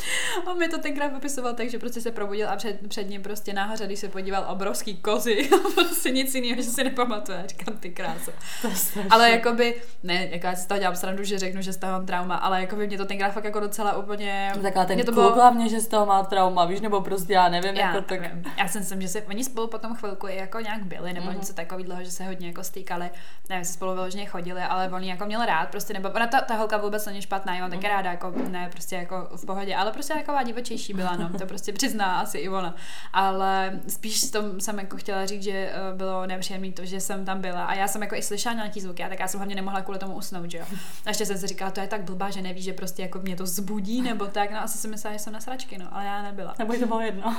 On mi to tenkrát popisoval tak, že prostě se probudil a před, před ním prostě nahoře, když se podíval, obrovský kozy a prostě nic jiného, že si nepamatuje. Já říkám, ty krása. Ale jakoby, ne, jako já si z toho dělám srandu, že řeknu, že z toho mám trauma, ale jakoby mě to tenkrát fakt jako docela úplně... Taková ten to bylo... hlavně, že z toho má trauma, víš, nebo prostě já nevím, já, jako tak... Já si myslím, že se oni spolu potom chvilku jako nějak byli, nebo mm-hmm. něco takového, že se hodně jako stýkali, nevím, se spolu vyloženě chodili, ale on jako měl rád, prostě nebo ona ta, ta holka vůbec není špatná, jo, on taky ráda, jako ne, prostě jako v pohodě, ale prostě taková divočejší byla, no, to prostě přizná asi i ona, ale spíš s tom jsem jako chtěla říct, že uh, bylo nepříjemné to, že jsem tam byla a já jsem jako i slyšela nějaký zvuky, a tak já jsem hlavně nemohla kvůli tomu usnout, že jo. A ještě jsem si říkala, to je tak blbá, že neví, že prostě jako mě to zbudí, nebo tak, no asi si myslela, že jsem na sračky, no, ale já nebyla. Nebo to bylo jedno.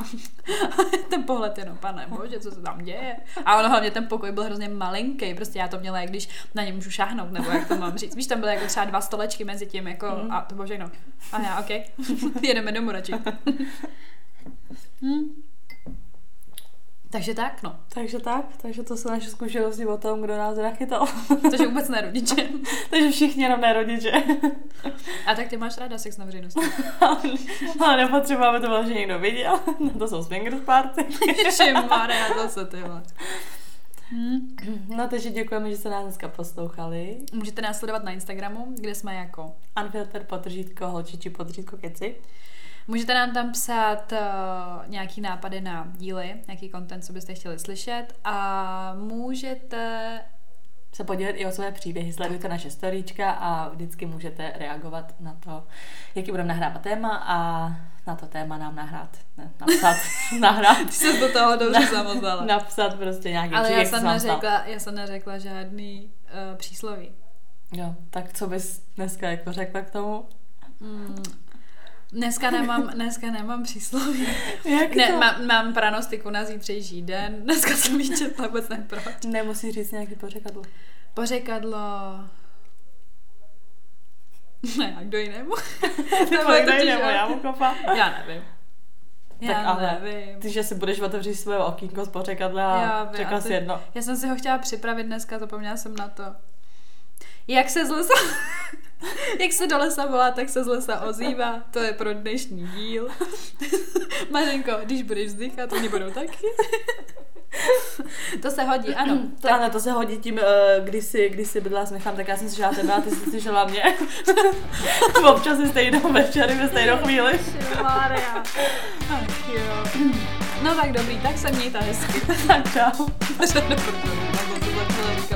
Ten pohled jenom, pane bože, co se tam děje. A ono hlavně ten pokoj byl hrozně malinký, prostě já to měla, jak když na něm můžu šáhnout, nebo jak to mám říct. Víš, tam byly jako třeba dva stolečky mezi tím, jako, mm. a to bylo všechno. A já, ok, jedeme domů radši. hmm. Takže tak, no. Takže tak, takže to jsou naše zkušenosti o tom, kdo nás nachytal. Takže vůbec ne rodiče. Takže všichni jenom ne rodiče. A tak ty máš ráda sex na veřejnosti. Ale nepotřeba, aby to bylo, že někdo viděl. To jsou swingers party. Ježišmarja, zase ty vole. Hmm. No takže děkujeme, že jste nás dneska poslouchali. Můžete nás sledovat na Instagramu, kde jsme jako Unfiltered podržítko holčiči podržítko keci. Můžete nám tam psát uh, nějaký nápady na díly, nějaký content, co byste chtěli slyšet a můžete se podílet i o své příběhy, sledujte naše storíčka a vždycky můžete reagovat na to, jaký budeme nahrávat téma a na to téma nám nahrát, ne, napsat, nahrát. Ty jsi do toho dobře zamotala. Napsat prostě nějaký ale příběh, já jsem neřekla, já jsem neřekla žádný uh, přísloví. Jo, tak co bys dneska jako řekla k tomu? Mm. Dneska nemám, dneska nemám přísloví. Jak ne, to? Mám, mám pranostiku na zítřejší den. Dneska jsem jí četla, vůbec nevím proč. Nemusíš říct nějaký pořekadlo. Pořekadlo... Ne, a kdo jinému? Kdo jinému, já mu kopa. Já nevím. Já tak ale nevím. Ty, že si budeš otevřít svoje okýnko z pořekadla a čekala si jedno. Já jsem si ho chtěla připravit dneska, zapomněla jsem na to. Jak se z lesa... Jak se do lesa volá, tak se z lesa ozývá. To je pro dnešní díl. Mařenko, když budeš vzdychat, oni budou taky. To se hodí, ano. To, tak... Ano, to se hodí tím, když jsi, když jsi bydla s Micham, tak já jsem slyšela tebe a ty jsi slyšela mě. Občas si stejnou večery ve stejnou chvíli. Ježišmarja. Ach jo. No tak dobrý, tak se mějte hezky. Tak čau. Dobrý,